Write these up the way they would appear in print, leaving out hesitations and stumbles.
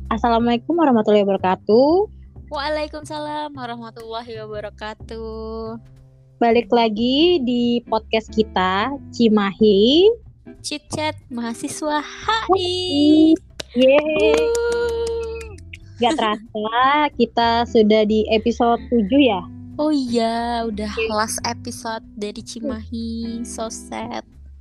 Assalamualaikum warahmatullahi wabarakatuh. Waalaikumsalam warahmatullahi wabarakatuh. Balik lagi di podcast kita, Cimahi. Chit chat mahasiswa HI. Yeay. Gak terasa kita sudah di episode 7 ya. Oh iya, udah last episode dari Cimahi. So sad.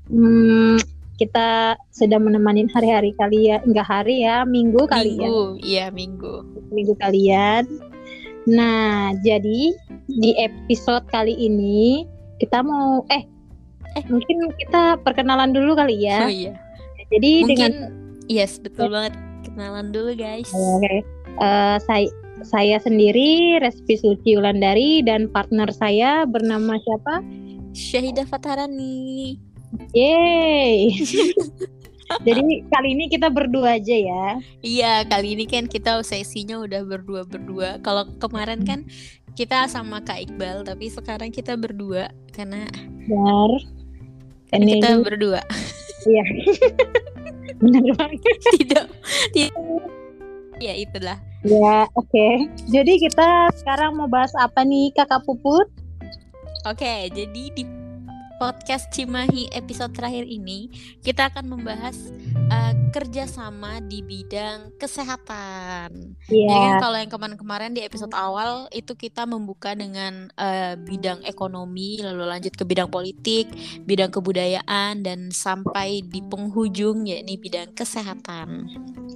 Kita sudah menemani hari-hari kalian, enggak hari ya, minggu kalian. Iya, minggu. Minggu kalian. Nah, jadi di episode kali ini kita mau mungkin kita perkenalan dulu kali ya. Oh iya. Jadi mungkin yes, betul banget. Kenalan dulu guys. Oke. Saya sendiri Respi Suci Wulandari dan partner saya bernama siapa? Syahidah Fatharani. Yeay. Jadi kali ini kita berdua aja ya. Iya, kali ini kan kita sesinya udah berdua. Kalau kemarin kan kita sama Kak Iqbal, tapi sekarang kita berdua karena kita berdua. Iya. Benar banget. Tidak. Ya itulah. Ya, oke. Jadi kita sekarang mau bahas apa nih Kakak Puput? Oke, jadi di podcast Cimahi episode terakhir ini kita akan membahas kerjasama di bidang kesehatan. Iya. Ya kan, kalau yang kemarin di episode awal itu kita membuka dengan bidang ekonomi, lalu lanjut ke bidang politik, bidang kebudayaan, dan sampai di penghujung yakni bidang kesehatan.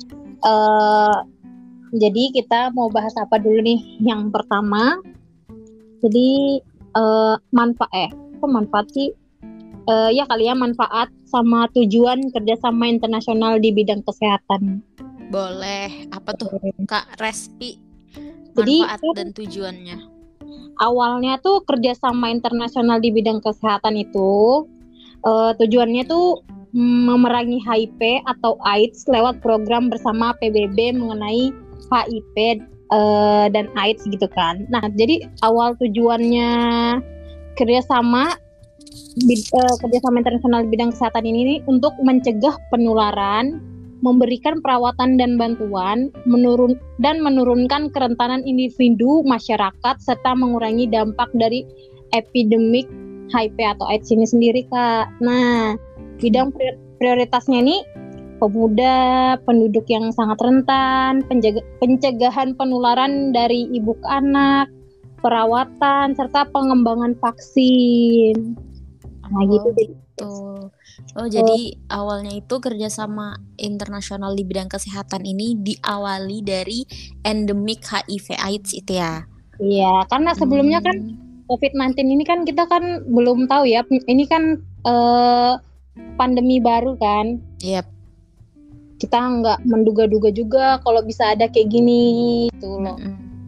Jadi kita mau bahas apa dulu nih? Yang pertama, jadi manfaat sih? Ya kali ya, manfaat sama tujuan kerjasama internasional di bidang kesehatan. Boleh. Apa tuh Kak Respi? Manfaat jadi, dan tujuannya. Awalnya tuh kerjasama internasional di bidang kesehatan itu tujuannya tuh memerangi HIV atau AIDS lewat program bersama PBB mengenai HIV dan AIDS gitu kan. Nah, jadi awal tujuannya kerjasama internasional di bidang kesehatan ini untuk mencegah penularan, memberikan perawatan dan bantuan, menurunkan kerentanan individu masyarakat serta mengurangi dampak dari epidemik HIV atau AIDS ini sendiri, Kak. Nah, bidang prioritasnya ini pemuda, penduduk yang sangat rentan, pencegahan penularan dari ibu ke anak, perawatan, serta pengembangan vaksin. Nah, gitu. Jadi awalnya itu kerjasama internasional di bidang kesehatan ini diawali dari endemik HIV/AIDS itu ya? Iya, karena sebelumnya kan COVID-19 ini kan kita kan belum tahu ya, ini kan pandemi baru kan. Yep. Kita nggak menduga-duga juga kalau bisa ada kayak gini gitu loh.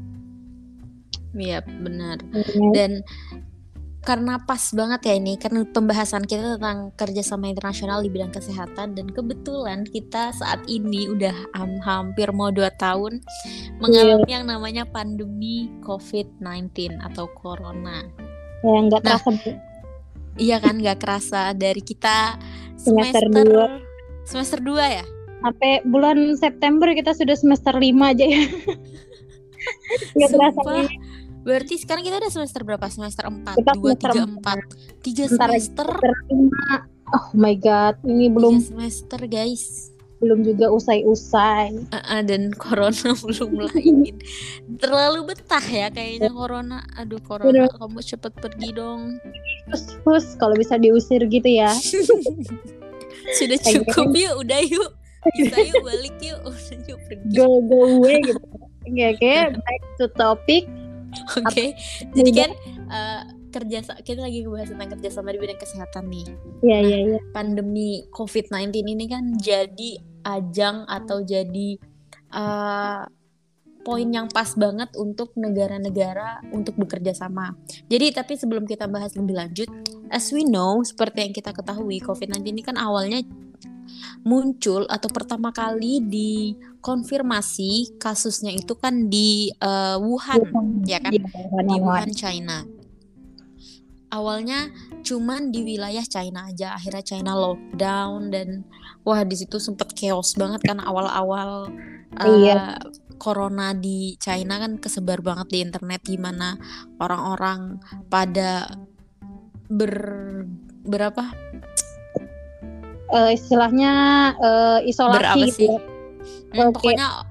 Iya, benar. Dan karena pas banget ya ini, karena pembahasan kita tentang kerjasama internasional di bidang kesehatan, dan kebetulan kita saat ini udah hampir mau 2 tahun mengalami yang namanya pandemi COVID-19 atau Corona. Ya, nggak terasa. Iya kan, nggak kerasa dari kita semester 2 ya? Sampai bulan September kita sudah semester 5 aja ya. Nggak terasa. Berarti sekarang kita udah semester berapa? Semester 4, 2, 3, 4 3 semester 5. Oh my god, ini belum 3 semester guys. Belum juga usai-usai. Dan corona belum mulai. Terlalu betah ya kayaknya corona. Aduh corona, kamu cepet pergi dong. Terus kalau bisa diusir gitu ya. Sudah cukup yuk, udah yuk. Bisa yuk balik yuk. Udah yuk pergi. Go away gitu. Oke, back to topic. Oke. Jadi kan kita lagi ngebahas tentang kerjasama di bidang kesehatan nih. Iya. Pandemi COVID-19 ini kan jadi ajang atau jadi poin yang pas banget untuk negara-negara untuk bekerja sama. Jadi tapi sebelum kita bahas lebih lanjut, as we know, seperti yang kita ketahui, COVID-19 ini kan awalnya muncul atau pertama kali dikonfirmasi kasusnya itu kan di Wuhan, ya kan? Di Wuhan, China. awalnya cuman di wilayah China aja, akhirnya China lockdown dan wah di situ sempet chaos banget karena awal-awal Iya, corona di China kan kesebar banget di internet gimana orang-orang pada ber berapa istilahnya berapa isolasi gitu sih? ya. Oke. Pokoknya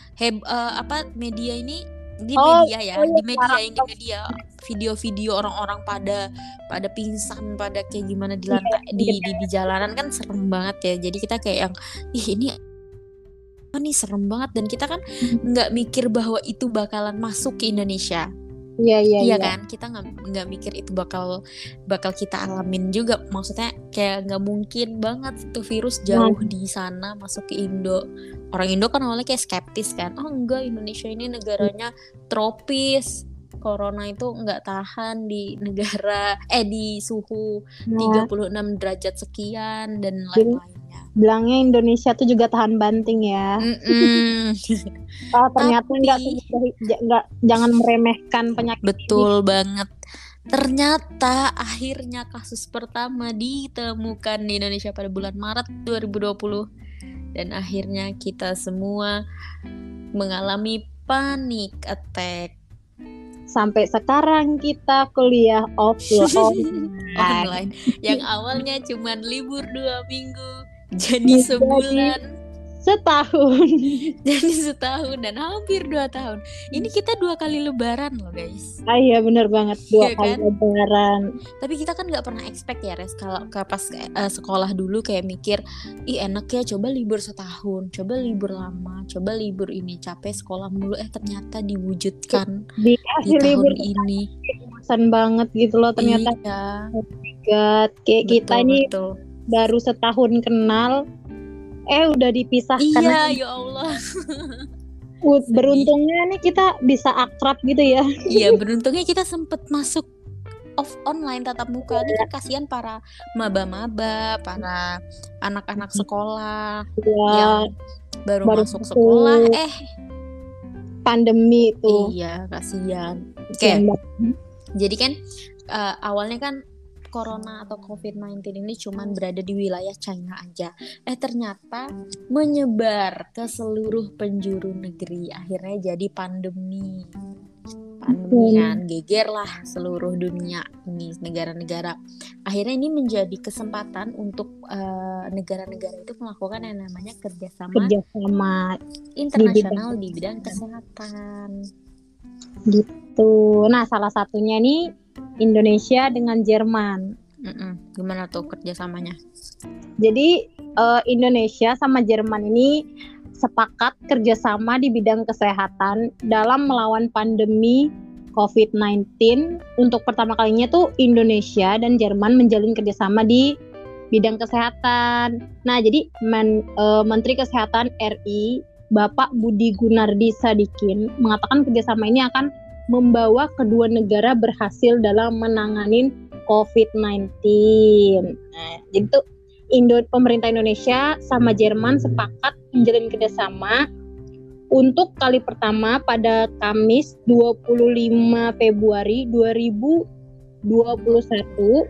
media ini di Oh, media ya, oh iya, di media sekarang yang di media video-video orang-orang pada pingsan, pada kayak gimana di iya, lantai pinggir di jalanan kan serem banget ya. Jadi kita kayak yang ih ini apa nih serem banget dan kita kan jalan. nggak mikir bahwa itu bakalan masuk ke Indonesia. Iya, iya, Iya iya. kan, kita nggak mikir itu bakal kita alamin juga. Maksudnya kayak nggak mungkin banget tuh virus Nah, jauh di sana masuk ke Indo. Orang Indo kan awalnya kayak skeptis kan. Oh enggak, Indonesia ini negaranya tropis. Corona itu nggak tahan di negara di suhu nah, 36 derajat sekian dan jadi lain-lainnya. bilangnya Indonesia tuh juga tahan banting ya. Mm-mm. Ternyata nggak Tapi semudah, nggak, jangan meremehkan penyakit ini. betul banget. Ternyata akhirnya kasus pertama ditemukan di Indonesia pada bulan Maret 2020 dan akhirnya kita semua mengalami panic attack Sampai sekarang kita kuliah offline. online yang awalnya cuman libur 2 minggu jadi Jadi sebulan setahun. jadi setahun dan hampir 2 tahun. Ini kita 2 kali lebaran loh guys. Ah, iya bener banget, 2 Iya kali kan? lebaran. Tapi kita kan nggak pernah expect ya Res kalau pas sekolah dulu kayak mikir ih enak ya coba libur setahun, coba libur lama, coba libur ini capek sekolah mulu ternyata diwujudkan di Dikasih tahun libur ini. bosan banget gitu loh ternyata. Iya, God, kayak kita betul ini betul. baru setahun kenal, udah dipisahkan Iya, aja. ya Allah. Beruntungnya nih kita bisa akrab gitu ya. Iya, beruntungnya kita sempet masuk online tatap muka. Ini kan kasihan para maba-maba, para anak-anak sekolah Ya, yang baru baru masuk sekolah pandemi itu. iya kasihan. Kasihan Oke, banget. jadi kan awalnya kan Corona atau COVID-19 ini cuman berada di wilayah China aja. Ternyata menyebar ke seluruh penjuru negeri. Akhirnya jadi pandemi. Pandemi kan geger lah seluruh dunia ini negara-negara. Akhirnya ini menjadi kesempatan untuk negara-negara itu melakukan yang namanya kerjasama internasional di bidang kesehatan. Gitu. Nah, salah satunya nih Indonesia dengan Jerman. Gimana tuh kerjasamanya? Jadi Indonesia sama Jerman ini sepakat kerjasama di bidang kesehatan dalam melawan pandemi COVID-19. Untuk pertama kalinya tuh Indonesia dan Jerman menjalin kerjasama di bidang kesehatan. Nah, jadi Menteri Kesehatan RI Bapak Budi Gunardi Sadikin mengatakan kerjasama ini akan membawa kedua negara berhasil dalam menangani COVID-19. Nah, jadi tuh pemerintah Indonesia sama Jerman sepakat menjalin kerjasama untuk kali pertama pada Kamis 25 Februari 2021.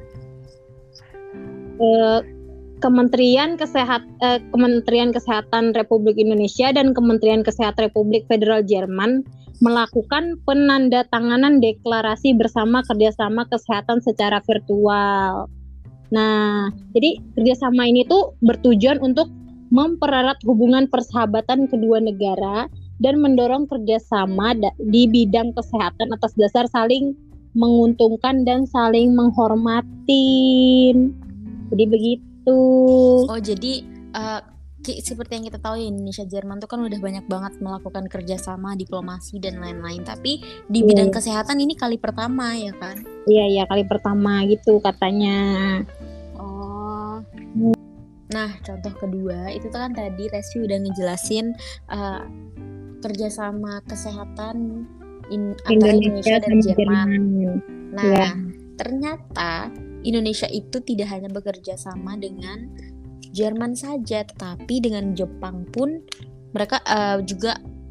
Kementerian Kesehatan Republik Indonesia dan Kementerian Kesehatan Republik Federal Jerman melakukan penandatanganan deklarasi bersama kerjasama kesehatan secara virtual. Nah, jadi kerjasama ini tuh bertujuan untuk mempererat hubungan persahabatan kedua negara dan mendorong kerjasama di bidang kesehatan atas dasar saling menguntungkan dan saling menghormatin. Jadi begitu. Oh, jadi seperti yang kita tahu ya, Indonesia Jerman tuh kan udah banyak banget melakukan kerjasama diplomasi dan lain-lain. Tapi di bidang kesehatan ini kali pertama ya kan? Iya, kali pertama gitu katanya. Oh. Nah, contoh kedua itu kan tadi Resi udah ngejelasin kerjasama kesehatan antara Indonesia dan Jerman. Nah, ternyata Indonesia itu tidak hanya bekerja sama dengan Jerman saja, tetapi dengan Jepang pun mereka juga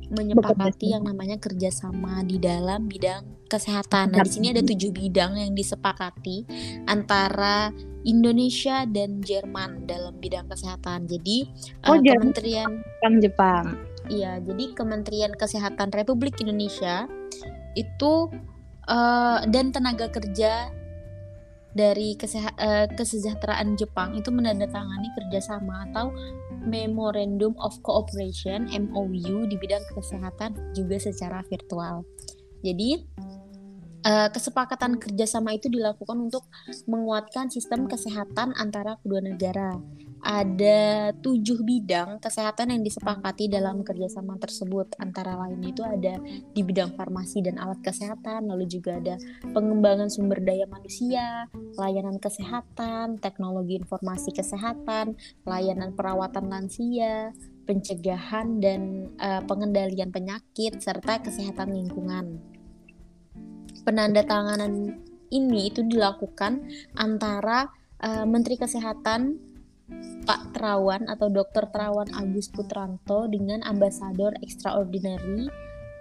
menyepakati yang namanya kerjasama di dalam bidang kesehatan. Nah, di sini ada 7 bidang yang disepakati antara Indonesia dan Jerman dalam bidang kesehatan. Jadi Kementerian Jepang. Iya, jadi Kementerian Kesehatan Republik Indonesia itu dan tenaga kerja dari kesejahteraan Jepang itu menandatangani kerjasama atau Memorandum of Cooperation (MOU) di bidang kesehatan juga secara virtual. Jadi kesepakatan kerjasama itu dilakukan untuk menguatkan sistem kesehatan antara kedua negara. Ada 7 bidang kesehatan yang disepakati dalam kerjasama tersebut. Antara lain itu ada di bidang farmasi dan alat kesehatan, lalu juga ada pengembangan sumber daya manusia, layanan kesehatan, teknologi informasi kesehatan, layanan perawatan lansia, pencegahan dan pengendalian penyakit, serta kesehatan lingkungan. Penandatanganan ini itu dilakukan antara Menteri Kesehatan Pak Terawan atau Dr. Terawan Agus Putranto dengan Ambasador Extraordinary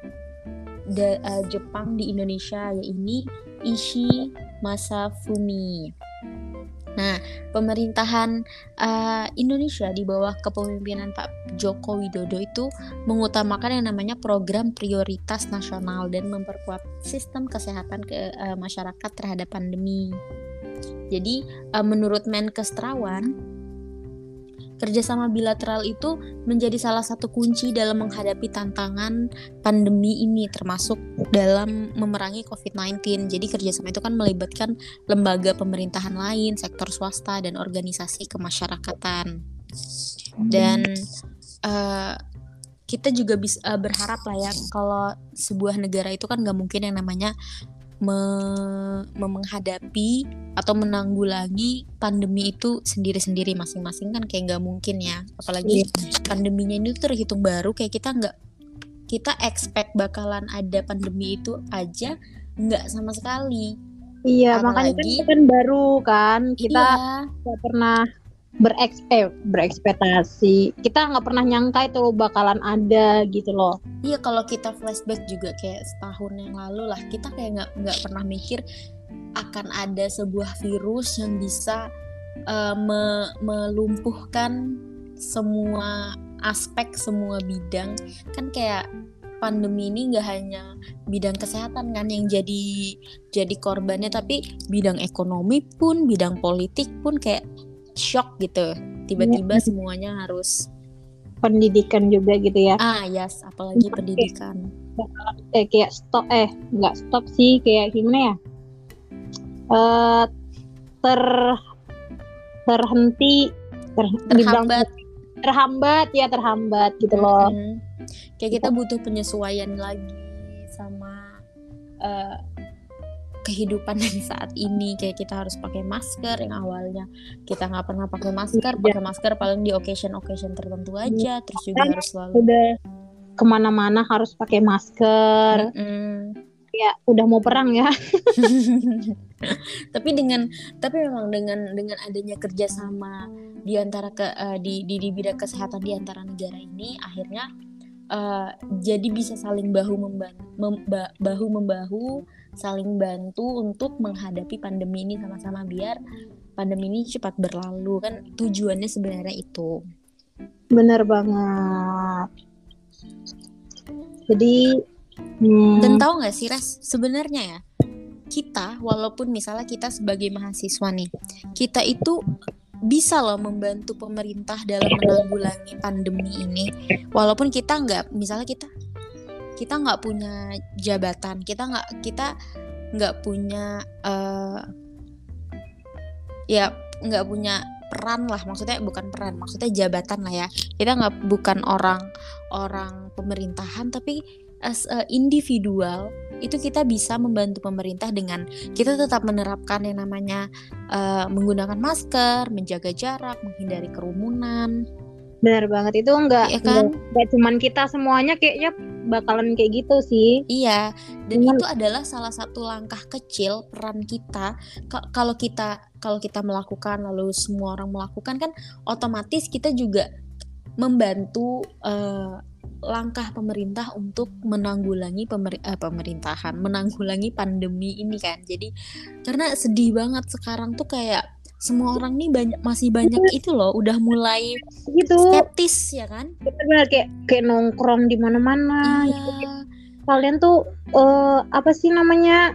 Jepang di Indonesia, yaitu Ishii Masafumi. Nah, pemerintahan Indonesia di bawah kepemimpinan Pak Joko Widodo itu mengutamakan yang namanya program prioritas nasional dan memperkuat sistem kesehatan masyarakat terhadap pandemi. Jadi, menurut Menkes Terawan, kerjasama bilateral itu menjadi salah satu kunci dalam menghadapi tantangan pandemi ini, termasuk dalam memerangi COVID-19. Jadi kerjasama itu kan melibatkan lembaga pemerintahan lain, sektor swasta, dan organisasi kemasyarakatan. Dan kita juga bisa berharap lah ya, kalau sebuah negara itu kan gak mungkin yang namanya menghadapi atau menanggulangi pandemi itu sendiri-sendiri, masing-masing kan kayak nggak mungkin ya, apalagi pandeminya ini terhitung baru, kayak kita expect bakalan ada pandemi itu aja nggak sama sekali. Iya, apalagi, makanya kan kan baru kan, kita nggak pernah berekspektasi, kita nggak pernah nyangka itu bakalan ada gitu loh. Iya, kalau kita flashback juga kayak setahun yang lalu lah, kita kayak nggak pernah mikir akan ada sebuah virus yang bisa melumpuhkan semua aspek, semua bidang. Kan kayak pandemi ini nggak hanya bidang kesehatan kan yang jadi korbannya, tapi bidang ekonomi pun, bidang politik pun kayak shock gitu, tiba-tiba semuanya harus. Pendidikan juga gitu ya. Yes, apalagi pendidikan. Kayak nggak stop sih, kayak gimana ya? Terhambat gitu loh. Kayak kita butuh penyesuaian lagi sama kehidupan yang saat ini. Kayak kita harus pakai masker yang awalnya kita nggak pernah pakai masker paling di occasion tertentu aja, terus juga harus selalu udah kemana-mana harus pakai masker. Ya udah mau perang ya. tapi memang dengan adanya kerjasama di antara di bidang kesehatan di antara negara ini, akhirnya jadi bisa saling bahu membahu saling bantu untuk menghadapi pandemi ini sama-sama, biar pandemi ini cepat berlalu, kan tujuannya sebenarnya itu. Bener banget. Jadi dan tahu nggak sih Res, sebenarnya ya, kita walaupun misalnya kita sebagai mahasiswa nih, kita itu bisa loh membantu pemerintah dalam menanggulangi pandemi ini, walaupun kita nggak, misalnya kita nggak punya jabatan, kita nggak punya nggak punya peran lah, maksudnya jabatan lah ya, kita bukan orang pemerintahan, tapi as a individual itu kita bisa membantu pemerintah dengan kita tetap menerapkan yang namanya menggunakan masker, menjaga jarak, menghindari kerumunan. Benar banget, itu enggak cuman kita, semuanya kayaknya bakalan kayak gitu sih. Iya, dan itu adalah salah satu langkah kecil peran kita. Kalau kita melakukan, lalu semua orang melakukan, kan otomatis kita juga membantu langkah pemerintah untuk menanggulangi menanggulangi pandemi ini kan. Jadi karena sedih banget sekarang tuh kayak semua orang nih masih banyak itu loh udah mulai gitu skeptis ya kan. bener kayak nongkrong di mana Iya. gitu. Kalian tuh apa sih namanya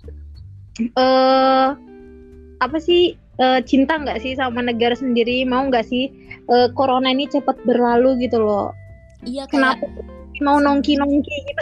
apa sih cinta nggak sih sama negara sendiri, mau nggak sih corona ini cepat berlalu gitu loh. Iya kayak kenapa mau nongki gitu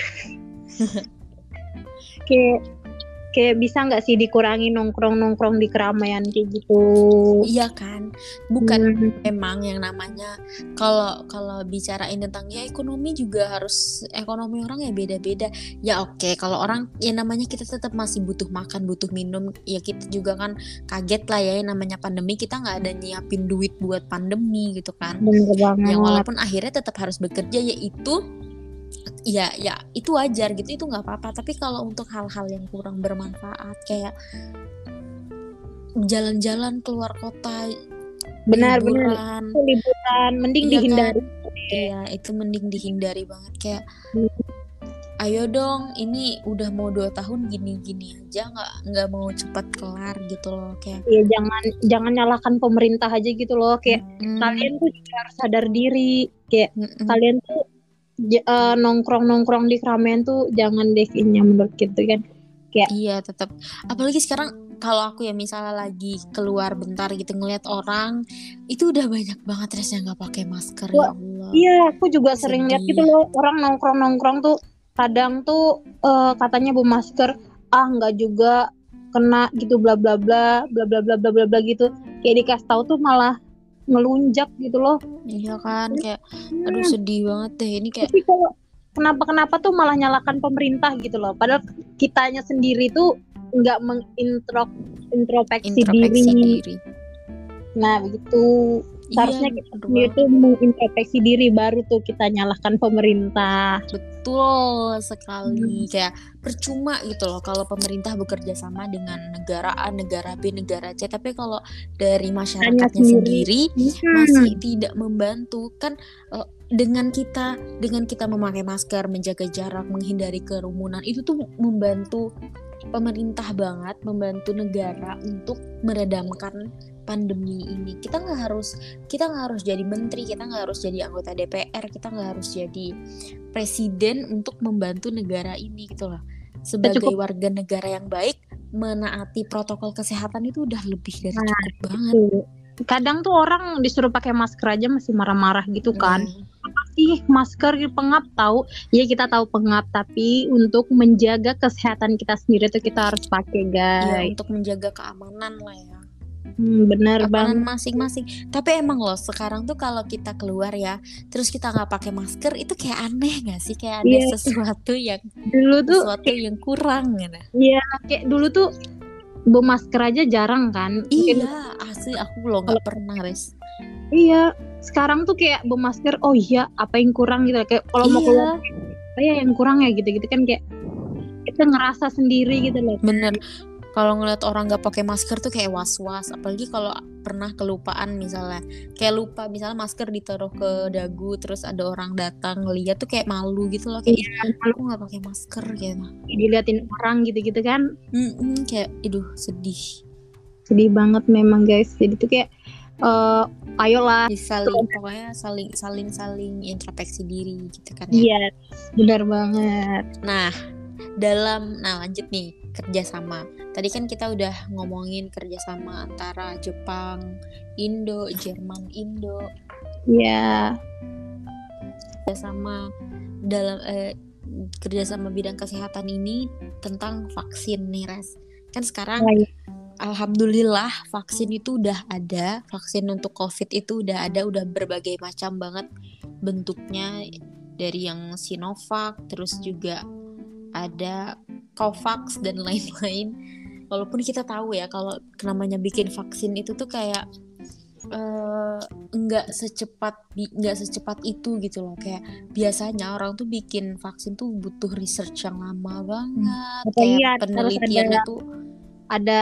kayak bisa nggak sih dikurangi nongkrong di keramaian kayak gitu. Iya kan, bukan emang yang namanya kalau bicarain tentang ya ekonomi juga harus ekonomi orang ya beda-beda. Ya oke, kalau orang ya namanya kita tetap masih butuh makan, butuh minum. Ya kita juga kan kaget lah ya namanya pandemi, kita nggak ada nyiapin duit buat pandemi gitu kan. Bener banget. Yang walaupun akhirnya tetap harus bekerja yaitu ya itu wajar gitu, itu nggak apa-apa. Tapi kalau untuk hal-hal yang kurang bermanfaat kayak jalan-jalan keluar kota, benar liburan mending iya dihindari kan? Iya itu mending dihindari banget. Kayak ayo dong, ini udah mau 2 tahun gini-gini aja nggak mau cepat kelar gitu loh. Kayak ya jangan nyalakan pemerintah aja gitu loh. Kayak kalian tuh juga harus sadar diri. Kayak kalian tuh nongkrong di keramaian tuh jangan deh kayaknya menurut gitu kan. Kayak iya tetap, apalagi sekarang kalau aku ya misalnya lagi keluar bentar gitu ngeliat orang itu udah banyak banget yang nggak pakai masker. Ya Allah. Iya, aku juga sering lihat gitu loh, orang nongkrong tuh kadang tuh katanya bawa masker, nggak juga kena gitu bla bla bla bla bla bla bla bla bla gitu. Kayak dikasih tahu tuh malah ngelunjak gitu loh. Iya kan, kayak aduh sedih banget deh ini kayak. Tapi kalau kenapa tuh malah nyalakan pemerintah gitu loh. Padahal kitanya sendiri tuh nggak introspeksi diri. Nah begitu. Seharusnya kita sendiri tuh mengintrospeksi diri, baru tuh kita nyalahkan pemerintah. Betul sekali. Kayak percuma gitu loh kalau pemerintah bekerja sama dengan negara A, negara B, negara C, tapi kalau dari masyarakatnya sendiri masih tidak membantu kan. Dengan kita memakai masker, menjaga jarak, menghindari kerumunan, itu tuh membantu pemerintah banget, membantu negara untuk meredamkan pandemi ini. Kita nggak harus jadi menteri, kita nggak harus jadi anggota DPR, kita nggak harus jadi presiden untuk membantu negara ini gitu loh. Sebagai warga negara yang baik, menaati protokol kesehatan itu udah lebih dari cukup banget. Kadang tuh orang disuruh pakai masker aja masih marah-marah gitu kan. Ih, masker pengap tahu. Ya kita tahu pengap, tapi untuk menjaga kesehatan kita sendiri tuh kita harus pakai, guys. Iya, untuk menjaga keamanan lah ya. Benar banget. Masing-masing. Tapi emang loh sekarang tuh kalau kita keluar ya, terus kita nggak pakai masker itu kayak aneh nggak sih? Kayak ada sesuatu yang yang kurang gitu. Iya, kayak dulu tuh bawa masker aja jarang kan. Iya, asli aku loh nggak pernah, Res. Iya, sekarang tuh kayak bawa masker, oh iya apa yang kurang gitu. Kayak kalau mau keluar, yang kurang ya gitu-gitu kan, kayak kita ngerasa sendiri gitu loh. Bener. Kalau ngeliat orang nggak pakai masker tuh kayak was-was, apalagi kalau pernah kelupaan misalnya, kayak lupa misalnya masker ditaruh ke dagu, terus ada orang datang ngeliat tuh kayak malu gitu loh, kayak aku nggak pakai masker gitu. Diliatin orang gitu-gitu kan, kayak, sedih banget memang guys. Jadi tuh kayak, ayolah, pokoknya saling introspeksi diri gitu kan ya. Iya, benar banget. Nah lanjut nih kerjasama. Tadi kan kita udah ngomongin kerjasama antara Jepang, Indo, Jerman, Indo. Iya. Kerjasama dalam kerjasama bidang kesehatan ini tentang vaksin nih, Res. Kan sekarang alhamdulillah vaksin itu udah ada, vaksin untuk COVID itu udah ada, udah berbagai macam banget bentuknya, dari yang Sinovac, terus juga ada Covax dan lain-lain. Walaupun kita tahu ya kalau namanya bikin vaksin itu tuh kayak nggak secepat itu gitu loh. Kayak biasanya orang tuh bikin vaksin tuh butuh research yang lama banget. Kayak penelitiannya tuh ada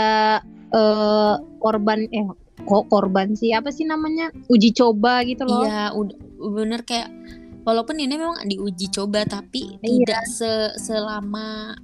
korban sih, apa sih namanya, uji coba gitu loh. Iya, bener kayak Walaupun ini memang diuji coba, tapi tidak selama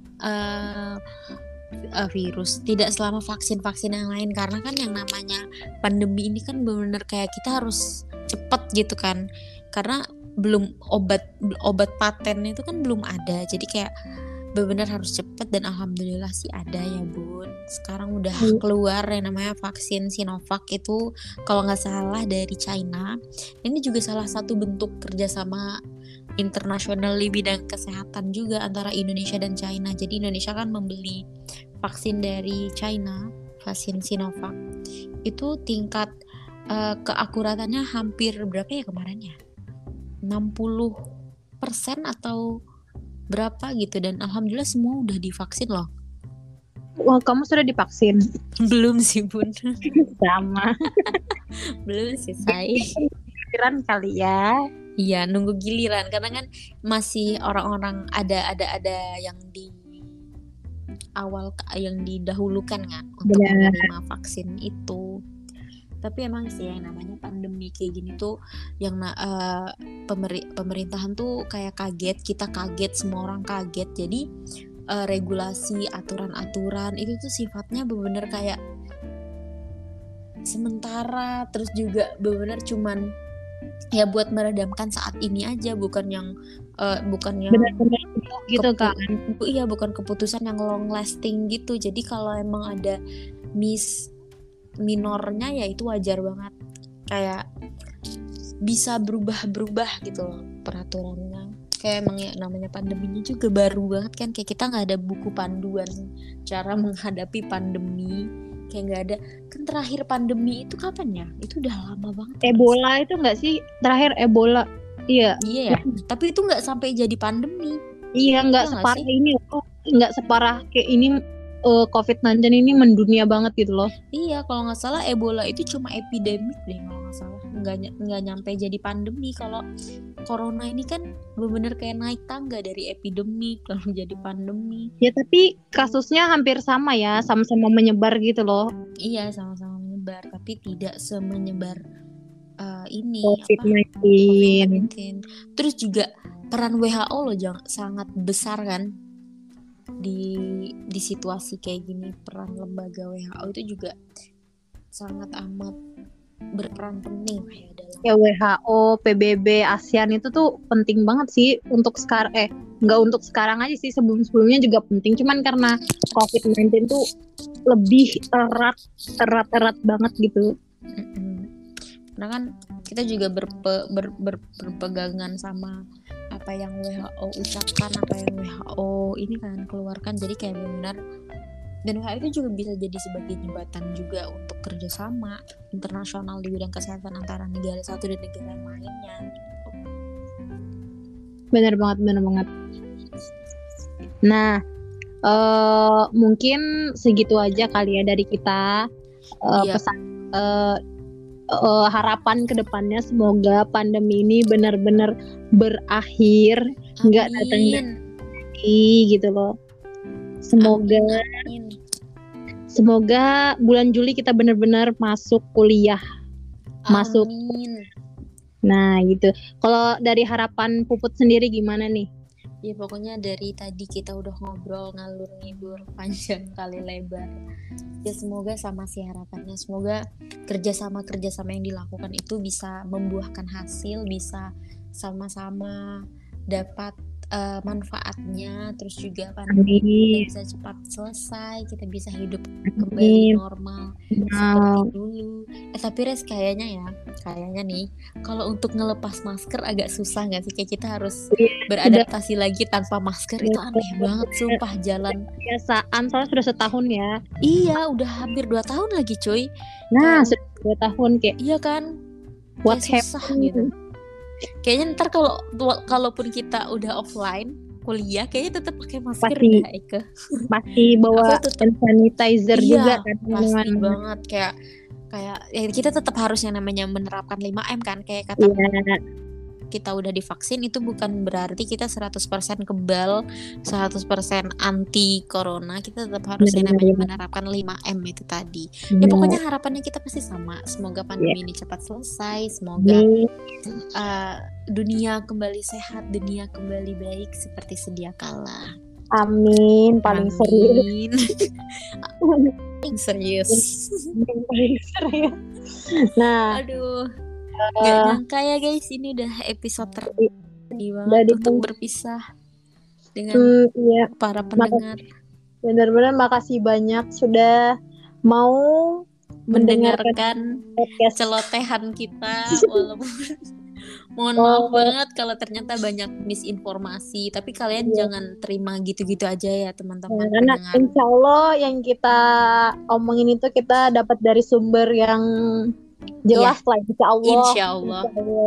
virus, tidak selama vaksin-vaksin yang lain, karena kan yang namanya pandemi ini kan benar-benar kayak kita harus cepet gitu kan, karena belum obat paten itu kan belum ada, jadi kayak benar-benar harus cepet, dan alhamdulillah sih ada ya Bun. Sekarang udah keluar yang namanya vaksin Sinovac itu kalau nggak salah dari China. Ini juga salah satu bentuk kerjasama internasional di bidang kesehatan juga antara Indonesia dan China. Jadi Indonesia kan membeli vaksin dari China, vaksin Sinovac. Itu tingkat keakuratannya hampir berapa ya kemarin ya? 60% atau berapa gitu, dan alhamdulillah semua udah divaksin loh. Wah, kamu sudah divaksin? Belum sih Bun. Sama. Belum sih say. Giliran kali ya. Iya, nunggu giliran karena kan masih orang-orang ada yang di awal yang didahulukan kan untuk menerima vaksin itu. Tapi emang sih yang namanya pandemi kayak gini tuh yang pemerintahan tuh kayak kaget, kita kaget, semua orang kaget. Jadi regulasi, aturan-aturan itu tuh sifatnya benar-benar kayak sementara, terus juga benar-benar cuman ya buat meredamkan saat ini aja, bukan yang benar-benar gitu kan. Iya, bukan keputusan yang long lasting gitu. Jadi kalau emang ada minornya ya itu wajar banget, kayak bisa berubah gitu loh peraturannya. Kayak emang ya namanya pandeminya juga baru banget kan, kayak kita nggak ada buku panduan cara menghadapi pandemi, kayak nggak ada. Kan terakhir pandemi itu kapan ya? Itu udah lama banget. Ebola itu nggak sih terakhir Ebola? Iya ya. Tapi itu nggak sampai jadi pandemi. Iya, nggak separah ini, nggak separah kayak ini. COVID-19 ini mendunia banget gitu loh. Iya, kalau nggak salah Ebola itu cuma epidemik deh kalau nggak salah, nggak nyampe jadi pandemi. Kalau corona ini kan bener-bener kayak naik tangga dari epidemik lalu jadi pandemi. Ya tapi kasusnya hampir sama ya, sama-sama menyebar gitu loh. Iya, sama-sama menyebar, tapi tidak semenyebar ini COVID-19. Terus juga peran WHO loh sangat besar kan. Di situasi kayak gini, peran lembaga WHO itu juga sangat amat berperan penting ya dalam. Ya WHO, PBB, ASEAN itu tuh penting banget sih untuk sekarang. Nggak untuk sekarang aja sih, sebelum-sebelumnya juga penting. Cuman karena COVID-19 tuh lebih erat banget gitu. Karena kan kita juga berpegangan sama apa yang WHO ucapkan, apa yang WHO ini kan keluarkan. Jadi kayak benar, dan WHO itu juga bisa jadi sebagai jembatan juga untuk kerjasama internasional di bidang kesehatan antara negara satu dan negara yang lainnya. Benar banget. Nah, mungkin segitu aja kali ya dari kita. Pesan harapan kedepannya semoga pandemi ini benar-benar berakhir, nggak datang lagi gitu loh. Semoga bulan Juli kita benar-benar masuk kuliah. Masuk. Nah gitu. Kalau dari harapan Puput sendiri gimana nih? Ya pokoknya dari tadi kita udah ngobrol ngalur ngidul panjang kali lebar. Ya semoga sama sih harapannya, semoga kerjasama yang dilakukan itu bisa membuahkan hasil, bisa sama-sama dapat manfaatnya, terus juga pandemi bisa cepat selesai, kita bisa hidup kembali normal seperti dulu. Tapi Res kayaknya nih kalau untuk ngelepas masker agak susah nggak sih, kayak kita harus beradaptasi lagi tanpa masker. Itu aneh banget sumpah, jalan kebiasaan soalnya sudah setahun ya. Iya, udah hampir 2 tahun lagi cuy. Nah, sudah 2 tahun kayak. Iya kan, what susah gitu. Kayaknya ntar kalaupun kita udah offline kuliah, kayaknya tetap pakai masker deh Eka. Pasti bawa hand sanitizer juga kan. Pasti banget, kayak ya kita tetap harus yang namanya menerapkan 5M kan, kayak kata kita udah divaksin itu bukan berarti kita 100% kebal, 100% anti corona. Kita tetap harus yang namanya menerapkan 5M itu tadi. Ya pokoknya harapannya kita pasti sama. Semoga pandemi ini cepat selesai. Semoga dunia kembali sehat, dunia kembali baik seperti sedia kala. Amin, paling serius. Serius. Paling serius. Nah, aduh, gak nyangka ya guys, ini udah episode banget untuk berpisah dengan para pendengar. Benar-benar makasih banyak sudah mau mendengarkan celotehan kita, walaupun mohon maaf banget kalau ternyata banyak misinformasi, tapi kalian jangan terima gitu-gitu aja ya teman-teman. Karena insya Allah yang kita omongin itu kita dapat dari sumber yang jelas lah, insya Allah.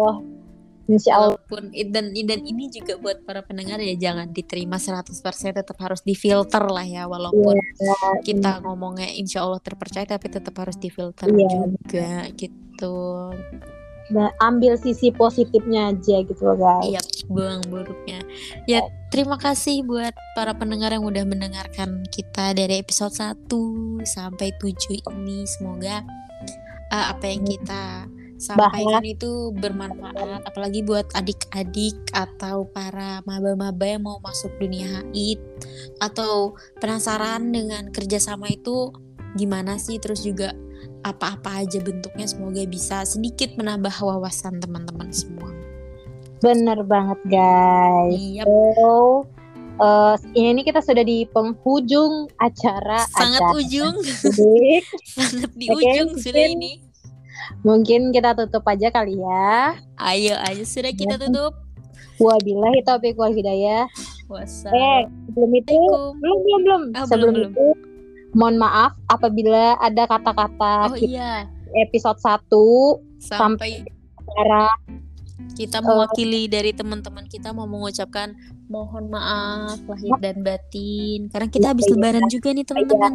Walaupun dan ini juga buat para pendengar ya, jangan diterima 100%, tetap harus difilter lah ya, walaupun kita ngomongnya insya Allah terpercaya tapi tetap harus difilter juga gitu. Nah, ambil sisi positifnya aja gitu loh guys. Iya, buang buruknya. Ya, terima kasih buat para pendengar yang udah mendengarkan kita dari episode 1 sampai 7 ini. Semoga apa yang kita sampaikan itu bermanfaat, apalagi buat adik-adik atau para maba-maba yang mau masuk dunia HI atau penasaran dengan kerjasama itu gimana sih, terus juga apa-apa aja bentuknya. Semoga bisa sedikit menambah wawasan teman-teman semua. Bener banget guys. Yep. So, ini kita sudah di penghujung acara. Sangat ujung. Sangat di ujung sudah ini. Mungkin kita tutup aja kali ya. Ayo sudah kita tutup. Wabillahi taufiq wal hidayah. Sebelum itu belum. Sebelum itu mohon maaf apabila ada kata-kata episode 1 sampai acara kita mewakili dari teman-teman kita mau mengucapkan mohon maaf lahir dan batin, karena kita habis lebaran juga nih teman-teman.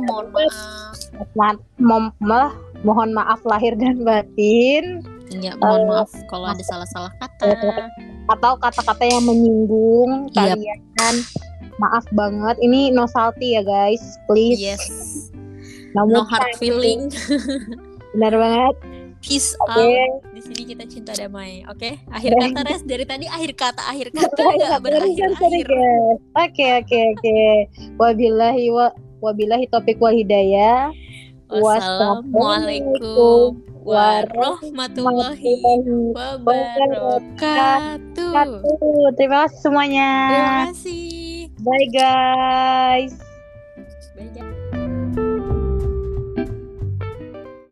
Mohon maaf lahir dan batin. Iya, mohon maaf kalau ada salah-salah kata atau kata-kata yang menyinggung kalian. Maaf banget, ini no salty ya guys, please. Yes. No hard feeling. Benar banget. Peace out. Di sini kita cinta damai. Oke. Akhir kata Res, dari tadi akhir kata enggak berakhir. Oke. Wabillahi taufiq wal hidayah. Wassalamualaikum warahmatullahi wabarakatuh. Terima kasih semuanya. Terima kasih. Bye guys. Bye guys.